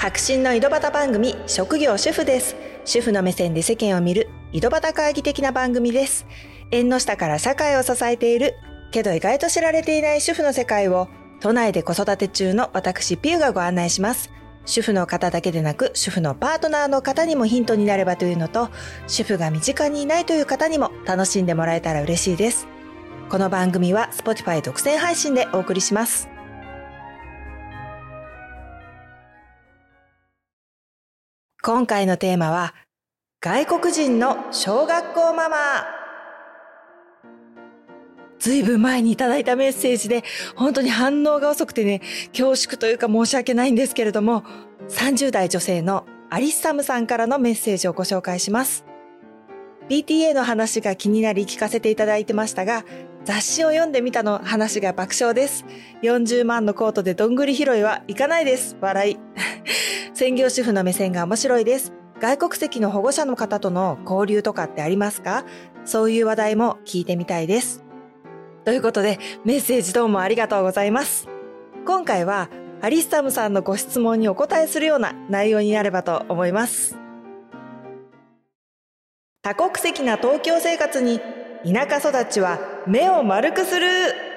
白真の井戸端番組、職業主婦です。主婦の目線で世間を見る井戸端会議的な番組です。縁の下から社会を支えているけど意外と知られていない主婦の世界を都内で子育て中の私ピューがご案内します。主婦の方だけでなく主婦のパートナーの方にもヒントになればというのと、主婦が身近にいないという方にも楽しんでもらえたら嬉しいです。この番組は Spotify 独占配信でお送りします。今回のテーマは外国人の小学校ママ。ずいぶん前にいただいたメッセージで本当に反応が遅くてね、恐縮というか申し訳ないんですけれども、30代女性のアリッサムさんからのメッセージをご紹介します。PTA の話が気になり聞かせていただいてましたが、雑誌を読んでみたの話が爆笑です。40万のコートでどんぐり拾いはいかないです。笑い。専業主婦の目線が面白いです。外国籍の保護者の方との交流とかってありますか？そういう話題も聞いてみたいです。ということで、メッセージどうもありがとうございます。今回はアリッサムさんのご質問にお答えするような内容になればと思います。多国籍な東京生活に田舎育ちは目を丸くする。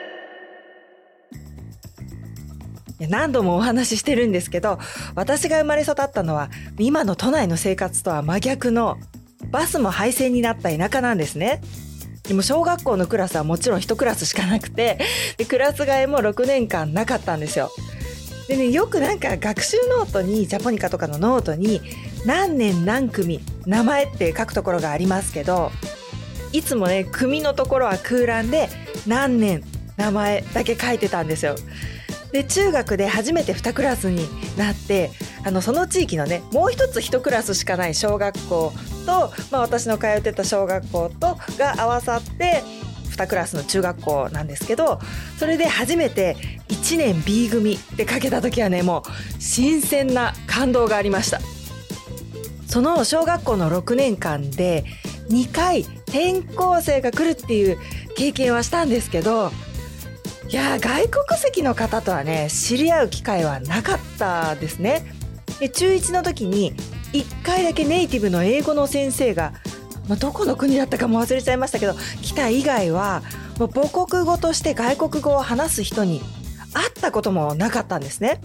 何度もお話ししてるんですけど、私が生まれ育ったのは今の都内の生活とは真逆のバスも廃線になった田舎なんですね。でも小学校のクラスはもちろん1クラスしかなくて、でクラス替えも6年間なかったんですよ。でね、よくなんか学習ノートにジャポニカとかのノートに何年何組名前って書くところがありますけど、いつもね組のところは空欄で何年名前だけ書いてたんですよ。で中学で初めて2クラスになって、その地域のねもう一つ1クラスしかない小学校と、私の通ってた小学校とが合わさって2クラスの中学校なんですけど、それで初めて1年 B 組って書けた時はね、もう新鮮な感動がありました。その小学校の6年間で2回転校生が来るっていう経験はしたんですけど、いや外国籍の方とはね知り合う機会はなかったですね。で中1の時に1回だけネイティブの英語の先生が、どこの国だったかも忘れちゃいましたけど来た以外はもう母国語として外国語を話す人に会ったこともなかったんですね。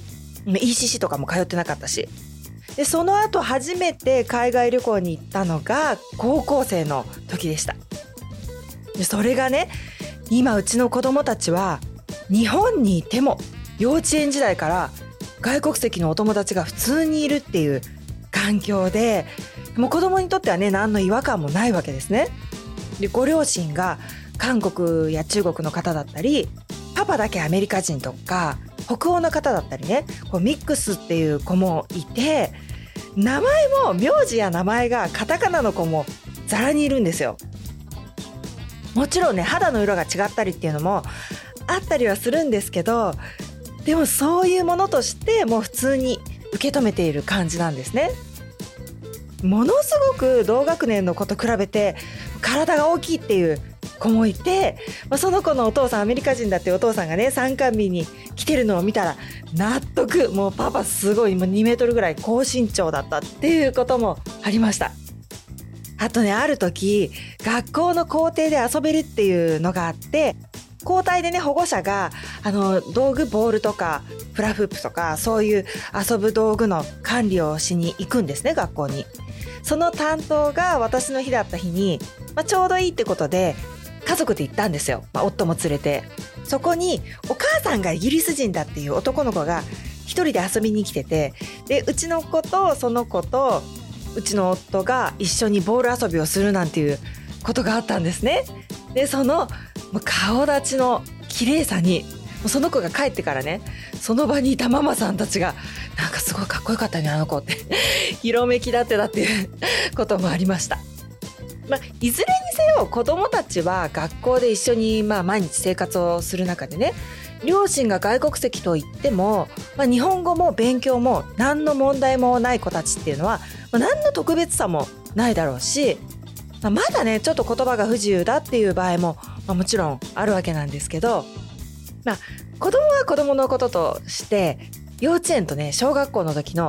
ECC とかも通ってなかったし。でその後初めて海外旅行に行ったのが高校生の時でした。でそれがね、今うちの子供たちは日本にいても幼稚園時代から外国籍のお友達が普通にいるっていう環境で、もう子供にとってはね何の違和感もないわけですね。でご両親が韓国や中国の方だったり、パパだけアメリカ人とか北欧の方だったりね、こうミックスっていう子もいて、名前も名字や名前がカタカナの子もざらにいるんですよ。もちろんね肌の色が違ったりっていうのもあったりはするんですけど、でもそういうものとしてもう普通に受け止めている感じなんですね。ものすごく同学年の子と比べて体が大きいっていう子もいて、その子のお父さんアメリカ人だってお父さんがね参観日に来てるのを見たら納得、もうパパすごいもう2メートルぐらい高身長だったっていうこともありました。あとね、ある時学校の校庭で遊べるっていうのがあって、交代でね保護者が道具ボールとかフラフープとかそういう遊ぶ道具の管理をしに行くんですね、学校に。その担当が私の日だった日に、ちょうどいいってことで家族で行ったんですよ、夫も連れて。そこにお母さんがイギリス人だっていう男の子が一人で遊びに来てて、でうちの子とその子とうちの夫が一緒にボール遊びをするなんていうことがあったんですね。でその顔立ちの綺麗さにその子が帰ってからね、その場にいたママさんたちがなんかすごいかっこよかったねあの子って広めきだってたっていうこともありました。いずれにせよ子どもたちは学校で一緒に毎日生活をする中でね、両親が外国籍といっても、日本語も勉強も何の問題もない子たちっていうのは、何の特別さもないだろうし、まだねちょっと言葉が不自由だっていう場合も、もちろんあるわけなんですけど、子供は子供のこととして幼稚園とね小学校の時の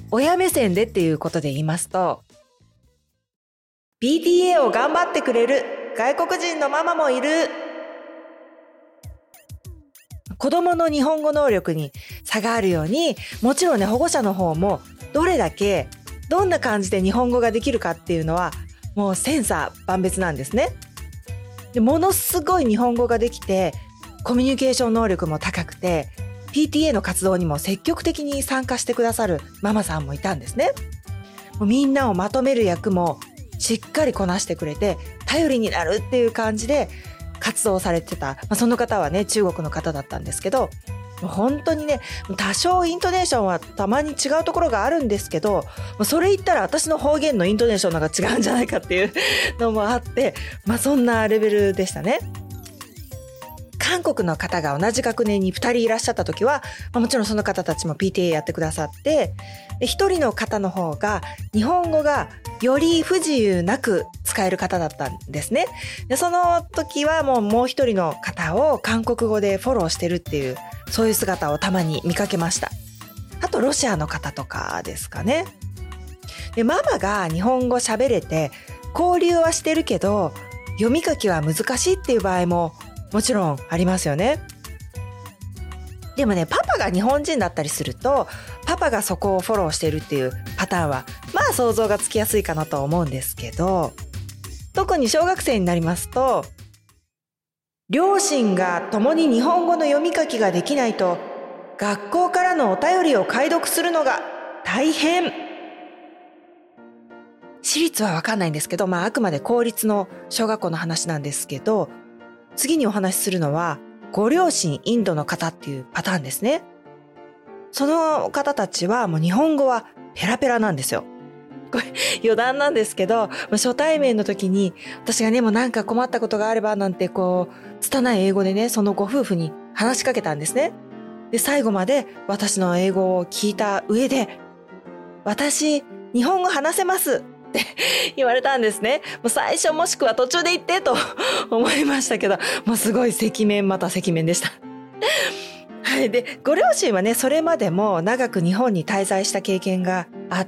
親目線でっていうことで言いますと、PTA を頑張ってくれる外国人のママもいる。子どもの日本語能力に差があるように、もちろんね、保護者の方もどれだけどんな感じで日本語ができるかっていうのはもう千差万別なんですね。でものすごい日本語ができて、コミュニケーション能力も高くて、 PTA の活動にも積極的に参加してくださるママさんもいたんですね。もうみんなをまとめる役もしっかりこなしてくれて、頼りになるっていう感じで活動されてた、その方はね、中国の方だったんですけど、もう本当にね、多少イントネーションはたまに違うところがあるんですけど、それ言ったら私の方言のイントネーションの方が違うんじゃないかっていうのもあって、そんなレベルでしたね。韓国の方が同じ学年に2人いらっしゃった時は、もちろんその方たちも PTA やってくださって、で1人の方の方が日本語がより不自由なく使える方だったんですね。でその時はもう一人の方を韓国語でフォローしてるっていう、そういう姿をたまに見かけました。あとロシアの方とかですかね。でママが日本語喋れて交流はしてるけど、読み書きは難しいっていう場合ももちろんありますよね。でもね、パパが日本人だったりすると、パパがそこをフォローしてるっていうパターンは想像がつきやすいかなと思うんですけど、特に小学生になりますと、両親が共に日本語の読み書きができないと学校からのお便りを解読するのが大変。私立は分かんないんですけど、あくまで公立の小学校の話なんですけど、次にお話しするのはご両親インドの方っていうパターンですね。その方たちはもう日本語はペラペラなんですよ。これ余談なんですけど、初対面の時に私がね、もうなんか困ったことがあればなんて拙い英語でね、そのご夫婦に話しかけたんですね。で最後まで私の英語を聞いた上で、私日本語話せますって言われたんですね。もう最初もしくは途中で言ってと思いましたけど、もうすごい赤面また赤面でした。はい。で、ご両親はね、それまでも長く日本に滞在した経験があって、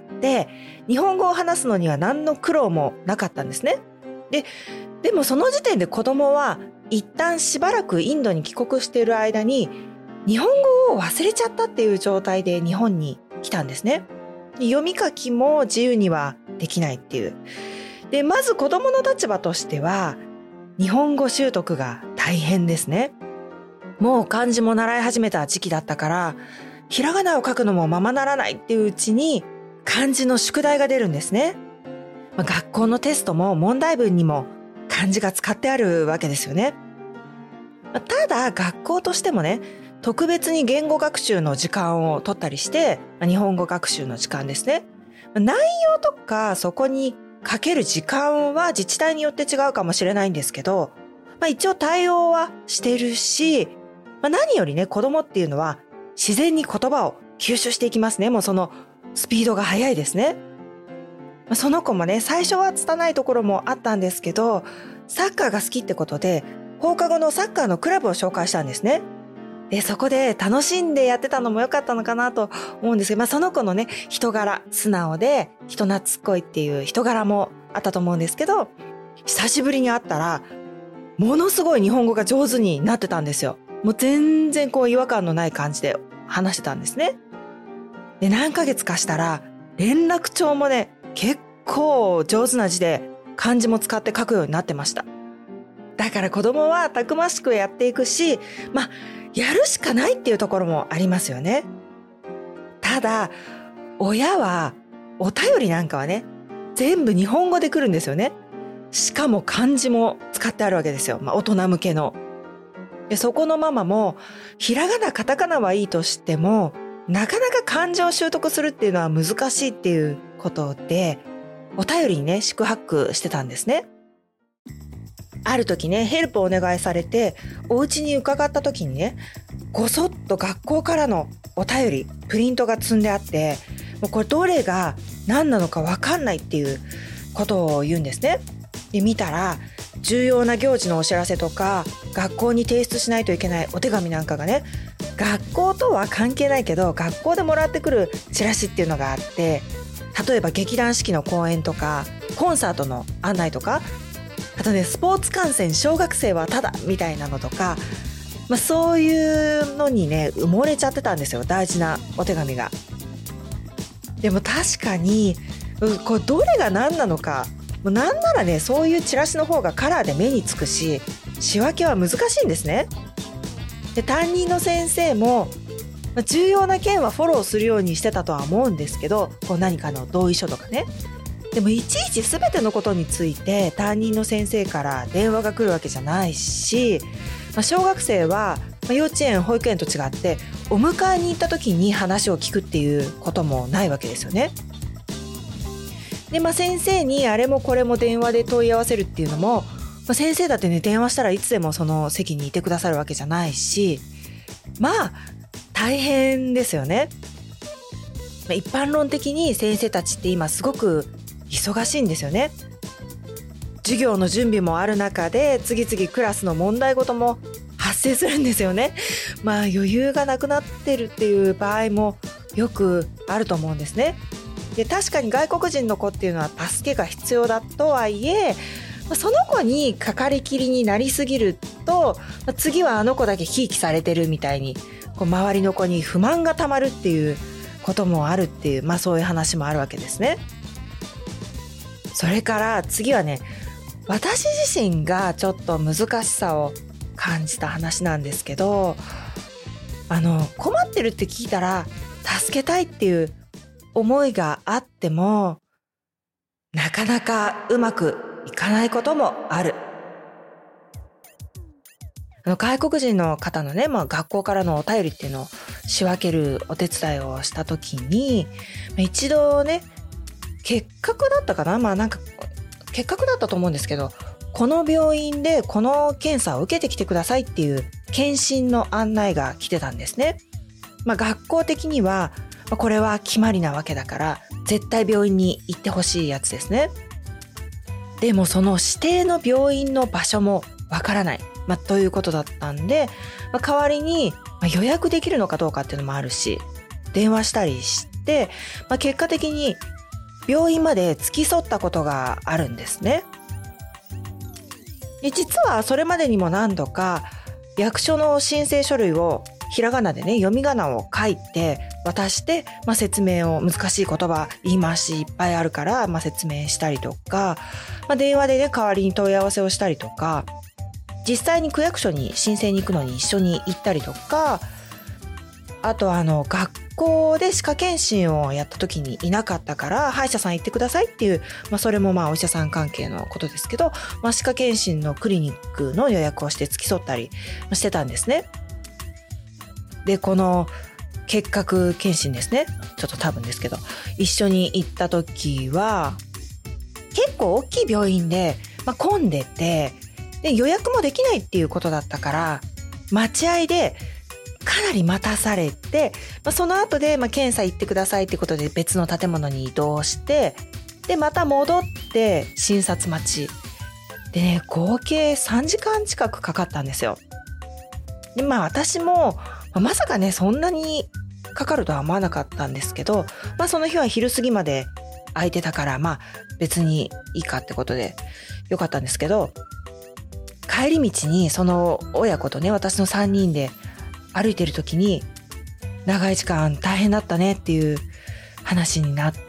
日本語を話すのには何の苦労もなかったんですね。でもその時点で子供は一旦しばらくインドに帰国している間に日本語を忘れちゃったっていう状態で日本に来たんですね。読み書きも自由にはできないっていう。で、まず子供の立場としては、日本語習得が大変ですね。もう漢字も習い始めた時期だったから、ひらがなを書くのもままならないっていううちに、漢字の宿題が出るんですね。学校のテストも問題文にも漢字が使ってあるわけですよね。ただ、学校としてもね、特別に言語学習の時間を取ったりして、日本語学習の時間ですね。内容とかそこにかける時間は自治体によって違うかもしれないんですけど、一応対応はしてるし、何よりね、子供っていうのは自然に言葉を吸収していきますね。もうそのスピードが速いですね。その子もね、最初は拙いところもあったんですけど、サッカーが好きってことで放課後のサッカーのクラブを紹介したんですね。で、そこで楽しんでやってたのも良かったのかなと思うんですけど、その子のね、人柄、素直で人懐っこいっていう人柄もあったと思うんですけど、久しぶりに会ったら、ものすごい日本語が上手になってたんですよ。もう全然違和感のない感じで話してたんですね。で、何ヶ月かしたら、連絡帳もね、結構上手な字で漢字も使って書くようになってました。だから子供はたくましくやっていくし、やるしかないっていうところもありますよね。ただ、親はお便りなんかはね、全部日本語で来るんですよね。しかも漢字も使ってあるわけですよ。大人向けの。で、そこのママも、ひらがな、カタカナはいいとしても、なかなか漢字を習得するっていうのは難しいっていうことで、お便りにね、四苦八苦してたんですね。ある時ね、ヘルプをお願いされて、お家に伺った時にね、ごそっと学校からのお便り、プリントが積んであって、もうこれどれが何なのか分かんないっていうことを言うんですね。で、見たら、重要な行事のお知らせとか、学校に提出しないといけないお手紙なんかがね、 学校とは関係ないけど学校でもらってくるチラシっていうのがあって、例えば劇団四季の公演とかコンサートの案内とか、あとねスポーツ観戦小学生はただみたいなのとか、そういうのにね埋もれちゃってたんですよ、大事なお手紙が。でも確かにこれどれが何なのか、もうなんならねそういうチラシの方がカラーで目につくし、仕分けは難しいんですね。で担任の先生も重要な件はフォローするようにしてたとは思うんですけど、こう何かの同意書とかね。でもいちいち全てのことについて担任の先生から電話が来るわけじゃないし、小学生は幼稚園保育園と違ってお迎えに行った時に話を聞くっていうこともないわけですよね。で、先生にあれもこれも電話で問い合わせるっていうのも、先生だってね電話したらいつでもその席にいてくださるわけじゃないし、大変ですよね。一般論的に先生たちって今すごく忙しいんですよね。授業の準備もある中で次々クラスの問題事も発生するんですよね。余裕がなくなってるっていう場合もよくあると思うんですね。で、確かに外国人の子っていうのは助けが必要だとはいえ、その子にかかりきりになりすぎると、次はあの子だけひいきされてるみたいに周りの子に不満がたまるっていうこともあるっていう、そういう話もあるわけですね。それから次はね、私自身がちょっと難しさを感じた話なんですけど、困ってるって聞いたら助けたいっていう思いがあってもなかなかうまくいかないこともある。外国人の方のね、学校からのお便りっていうのを仕分けるお手伝いをした時に、一度ね結核だったかな、結核だったと思うんですけど、この病院でこの検査を受けてきてくださいっていう検診の案内が来てたんですね。学校的にはこれは決まりなわけだから絶対病院に行ってほしいやつですね。でもその指定の病院の場所もわからない、ということだったんで、代わりに予約できるのかどうかっていうのもあるし、電話したりして、結果的に病院まで付き添ったことがあるんですね。で、実はそれまでにも何度か役所の申請書類をひらがなでね読み仮名を書いて渡して、説明を、難しい言葉言い回しいっぱいあるから、説明したりとか、電話でね代わりに問い合わせをしたりとか、実際に区役所に申請に行くのに一緒に行ったりとか、あと学校で歯科検診をやった時にいなかったから歯医者さん行ってくださいっていう、それもお医者さん関係のことですけど、歯科検診のクリニックの予約をして付き添ったりしてたんですね。で、この結核検診ですね、ちょっと多分ですけど一緒に行った時は結構大きい病院で、混んでて、で予約もできないっていうことだったから待合でかなり待たされて、その後で検査行ってくださいってことで別の建物に移動して、でまた戻って診察待ちでね、合計3時間近くかかったんですよ。で私もまさかねそんなにかかるとは思わなかったんですけど、その日は昼過ぎまで空いてたから別にいいかってことでよかったんですけど、帰り道にその親子とね私の3人で歩いてる時に長い時間大変だったねっていう話になって、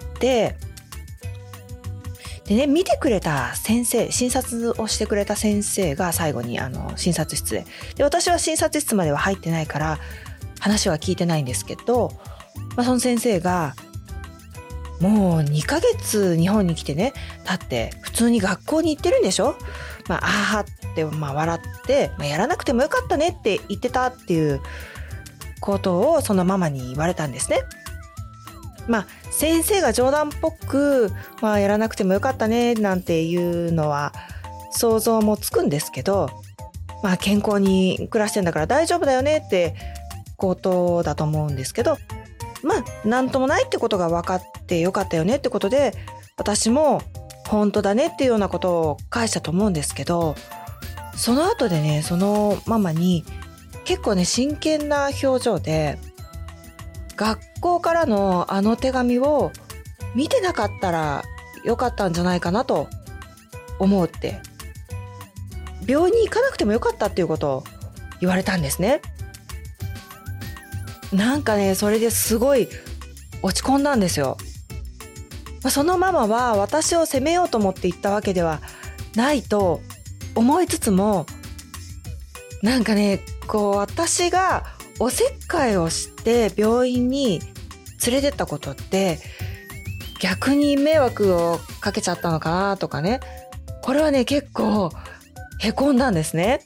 でね見てくれた先生、診察をしてくれた先生が最後に診察室で、私は診察室までは入ってないから話は聞いてないんですけど、その先生がもう2ヶ月日本に来てね経って普通に学校に行ってるんでしょ、あはって笑って、やらなくてもよかったねって言ってたっていうことをそのママに言われたんですね。先生が冗談っぽく、やらなくてもよかったねなんていうのは想像もつくんですけど、健康に暮らしてんだから大丈夫だよねってことだと思うんですけど、なんともないってことが分かってよかったよねってことで、私も本当だねっていうようなことを返したと思うんですけど、その後でねそのママに結構ね真剣な表情で、学校からのあの手紙を見てなかったらよかったんじゃないかなと思うって、病院に行かなくてもよかったっていうことを言われたんですね。なんかね、それですごい落ち込んだんですよ。そのママは私を責めようと思って言ったわけではないと思いつつも、なんかね、こう私がおせっかいをして病院に連れてったことって逆に迷惑をかけちゃったのかなとかね、これはね結構へこんだんですね。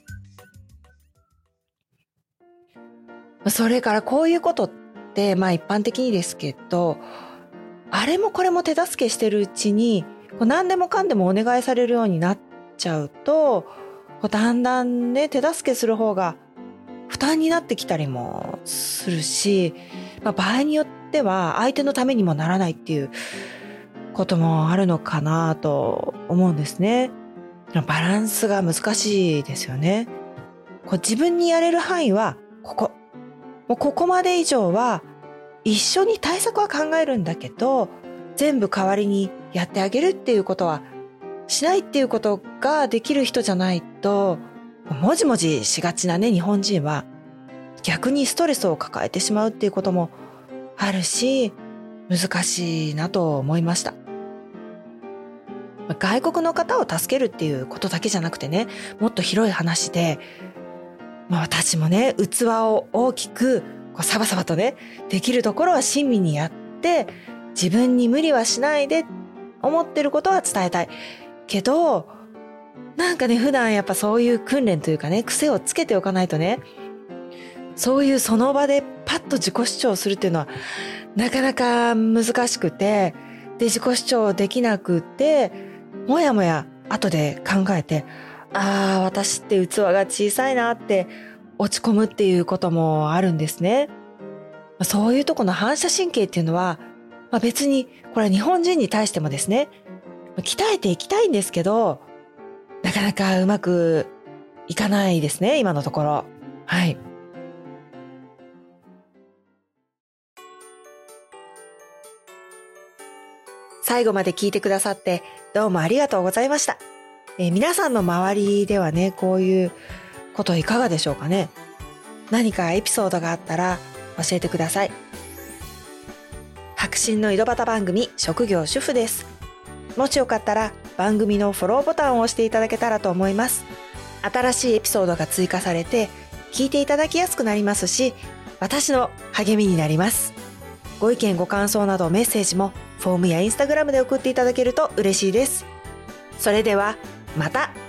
それからこういうことって一般的にですけど、あれもこれも手助けしてるうちに何でもかんでもお願いされるようになっちゃうと、だんだんね手助けする方が負担になってきたりもするし、場合によっては相手のためにもならないっていうこともあるのかなと思うんですね。バランスが難しいですよね。自分にやれる範囲はここまで以上は一緒に対策は考えるんだけど、全部代わりにやってあげるっていうことはしないっていうことができる人じゃないと、もじもじしがちなね日本人は逆にストレスを抱えてしまうっていうこともあるし、難しいなと思いました。外国の方を助けるっていうことだけじゃなくてね、もっと広い話で、私もね器を大きくサバサバとねできるところは親身にやって、自分に無理はしないで思ってることは伝えたいけど、なんかね普段やっぱそういう訓練というかね癖をつけておかないとね、そういうその場でパッと自己主張するっていうのはなかなか難しくて、で自己主張できなくてもやもや後で考えて、私って器が小さいなって落ち込むっていうこともあるんですね。そういうとこの反射神経っていうのは、別にこれは日本人に対してもですね、鍛えていきたいんですけど、なかなかうまくいかないですね、今のところ。はい。最後まで聞いてくださってどうもありがとうございました。皆さんの周りではね、こういうこといかがでしょうかね。何かエピソードがあったら教えてください。白真の井戸端番組、職業主婦です。もしよかったら番組のフォローボタンを押していただけたらと思います。新しいエピソードが追加されて聞いていただきやすくなりますし、私の励みになります。ご意見ご感想などメッセージもフォームやインスタグラムで送っていただけると嬉しいです。それではまた。